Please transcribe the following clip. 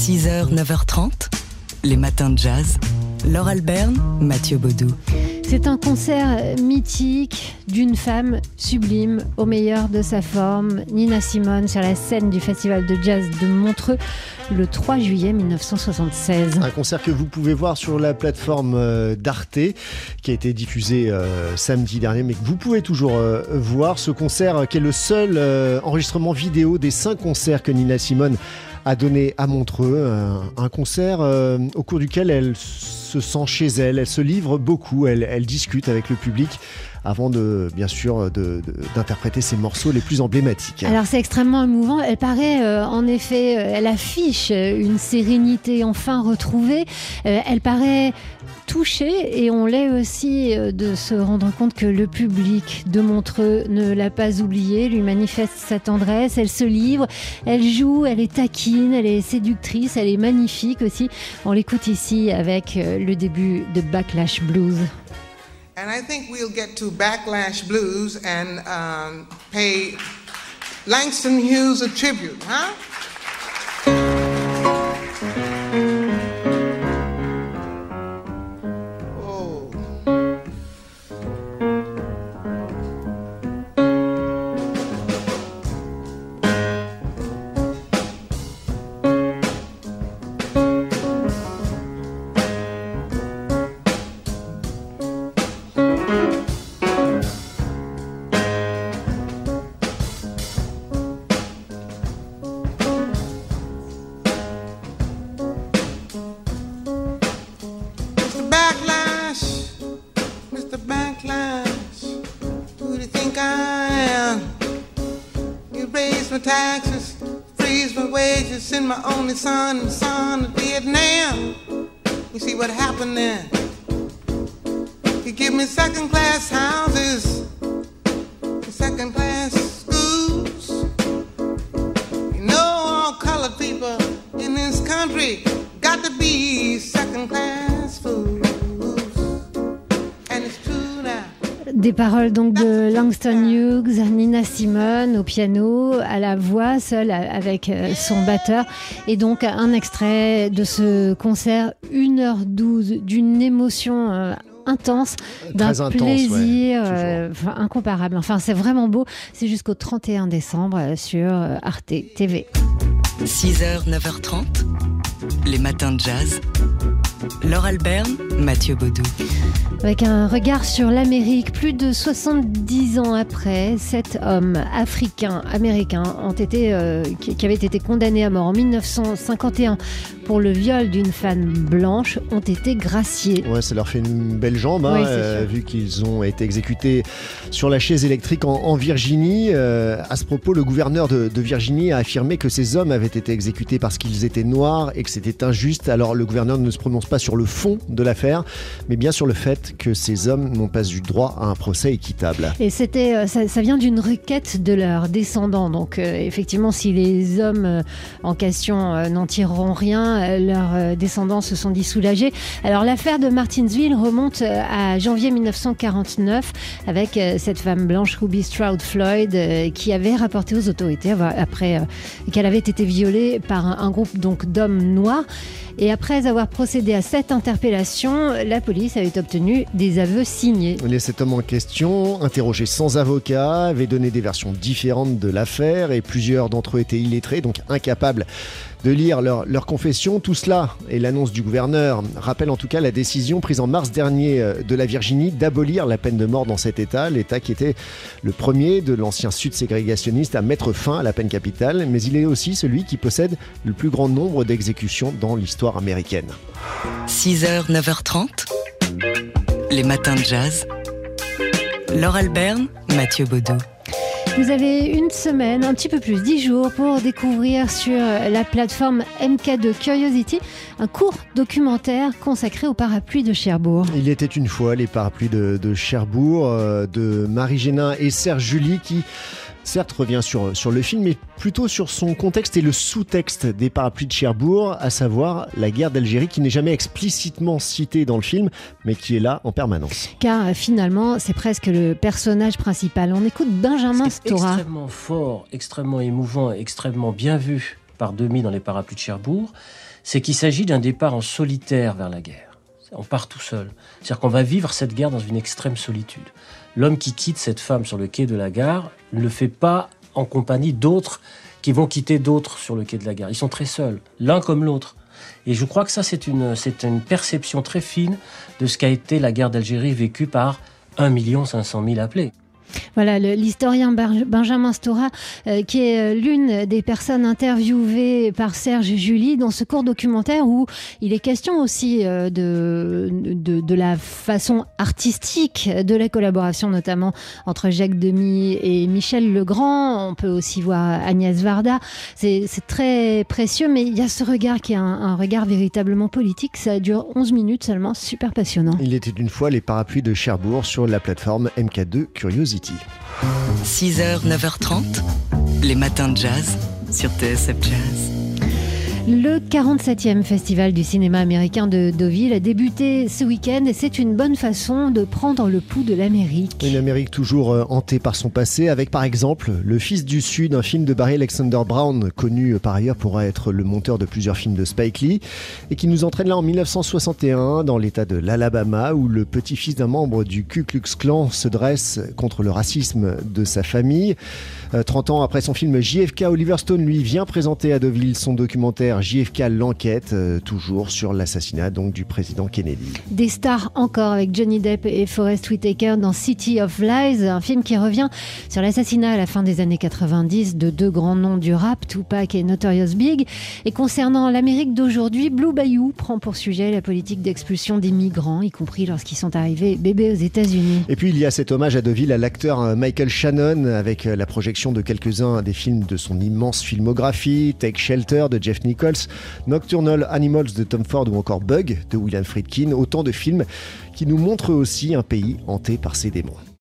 6h, 9h30, les matins de jazz. Laure Alberne, Mathieu Baudou. C'est un concert mythique d'une femme sublime, au meilleur de sa forme, Nina Simone, sur la scène du Festival de Jazz de Montreux, le 3 juillet 1976. Un concert que vous pouvez voir sur la plateforme d'Arte, qui a été diffusé samedi dernier, mais que vous pouvez toujours voir. Ce concert qui est le seul enregistrement vidéo des 5 concerts que Nina Simone a donné à Montreux, un concert au cours duquel elle se sent chez elle, elle se livre beaucoup, elle discute avec le public avant bien sûr d'interpréter ses morceaux les plus emblématiques. Alors c'est extrêmement émouvant, elle paraît en effet, elle affiche une sérénité enfin retrouvée, elle paraît touchée et on l'est aussi de se rendre compte que le public de Montreux ne l'a pas oublié, lui manifeste sa tendresse, elle se livre, elle joue, elle est taquine, elle est séductrice, elle est magnifique aussi. On l'écoute ici avec le début de Backlash Blues. And I think we'll get to Backlash Blues and pay Langston Hughes a tribute, huh? Taxes, freeze my wages, send my only son to Vietnam. You see what happened then? He give me second-class houses, second-class schools. You know all colored people in this country got to be second-class fools. And it's true now. Des paroles donc de Langston Hughes, Nina Simone au piano, à la voix, seule avec son batteur. Et donc un extrait de ce concert, 1h12, d'une émotion intense, d'un plaisir incomparable. Enfin, c'est vraiment beau. C'est jusqu'au 31 décembre sur Arte TV. 6h, 9h30, les matins de jazz. Laure Alberne, Mathieu Baudou. Avec un regard sur l'Amérique, plus de 70 ans après, 7 hommes africains-américains qui avaient été condamnés à mort en 1951 pour le viol d'une femme blanche ont été graciés. Ouais, ça leur fait une belle jambe, hein, oui, vu qu'ils ont été exécutés sur la chaise électrique en Virginie. À ce propos, le gouverneur de Virginie a affirmé que ces hommes avaient été exécutés parce qu'ils étaient noirs et que c'était injuste. Alors le gouverneur ne se prononce pas sur le fond de l'affaire, mais bien sur le fait que ces hommes n'ont pas eu droit à un procès équitable. Et ça vient d'une requête de leurs descendants. Donc effectivement, si les hommes en question n'en tireront rien, leurs descendants se sont dit soulagés. Alors l'affaire de Martinsville remonte à janvier 1949 avec cette femme blanche, Ruby Stroud Floyd, qui avait rapporté aux autorités après qu'elle avait été violée par un groupe donc d'hommes noirs. Et après avoir procédé à cette interpellation, la police avait obtenu des aveux signés. Les 7 hommes en question, interrogés sans avocat, avaient donné des versions différentes de l'affaire et plusieurs d'entre eux étaient illettrés, donc incapables de lire leur confession. Tout cela, et l'annonce du gouverneur, rappelle en tout cas la décision prise en mars dernier de la Virginie d'abolir la peine de mort dans cet État, l'État qui était le premier de l'ancien Sud ségrégationniste à mettre fin à la peine capitale, mais il est aussi celui qui possède le plus grand nombre d'exécutions dans l'histoire américaine. 6h, 9h30, les matins de jazz. Laure Alberne, Mathieu Baudou. Vous avez une semaine, un petit peu plus, 10 jours pour découvrir sur la plateforme MK2 Curiosity un court documentaire consacré aux parapluies de Cherbourg. Il était une fois les parapluies de Cherbourg, de Marie Génin et Serge Julie qui certes revient sur le film, mais plutôt sur son contexte et le sous-texte des parapluies de Cherbourg, à savoir la guerre d'Algérie qui n'est jamais explicitement citée dans le film, mais qui est là en permanence. Car finalement, c'est presque le personnage principal. On écoute Benjamin Stora. Extrêmement fort, extrêmement émouvant, extrêmement bien vu par Demy dans les parapluies de Cherbourg, c'est qu'il s'agit d'un départ en solitaire vers la guerre. On part tout seul. C'est-à-dire qu'on va vivre cette guerre dans une extrême solitude. L'homme qui quitte cette femme sur le quai de la gare ne le fait pas en compagnie d'autres qui vont quitter d'autres sur le quai de la gare. Ils sont très seuls, l'un comme l'autre. Et je crois que ça, c'est une perception très fine de ce qu'a été la guerre d'Algérie vécue par 1 500 000 appelés. Voilà, l'historien Benjamin Stora, qui est l'une des personnes interviewées par Serge July dans ce court documentaire où il est question aussi de la façon artistique de la collaboration, notamment entre Jacques Demy et Michel Legrand. On peut aussi voir Agnès Varda. C'est très précieux, mais il y a ce regard qui est un regard véritablement politique. Ça dure 11 minutes seulement, super passionnant. Il était une fois les parapluies de Cherbourg sur la plateforme MK2 Curiosity. 6h, 9h30, les matins de jazz sur TSF Jazz. Le 47e Festival du cinéma américain de Deauville a débuté ce week-end et c'est une bonne façon de prendre le pouls de l'Amérique. Une Amérique toujours hantée par son passé, avec par exemple Le Fils du Sud, un film de Barry Alexander Brown, connu par ailleurs pour être le monteur de plusieurs films de Spike Lee, et qui nous entraîne là en 1961 dans l'état de l'Alabama, où le petit-fils d'un membre du Ku Klux Klan se dresse contre le racisme de sa famille. 30 ans après son film, JFK, Oliver Stone, lui, vient présenter à Deauville son documentaire JFK l'enquête, toujours sur l'assassinat donc du président Kennedy. Des stars encore avec Johnny Depp et Forest Whitaker dans City of Lies, un film qui revient sur l'assassinat à la fin des années 90 de deux grands noms du rap, Tupac et Notorious Big. Et concernant l'Amérique d'aujourd'hui, Blue Bayou prend pour sujet la politique d'expulsion des migrants, y compris lorsqu'ils sont arrivés bébés aux États-Unis. Et puis il y a cet hommage à Deauville à l'acteur Michael Shannon, avec la projection de quelques-uns des films de son immense filmographie, Take Shelter de Jeff Nichols, Nocturnal Animals de Tom Ford ou encore Bug de William Friedkin, autant de films qui nous montrent aussi un pays hanté par ses démons.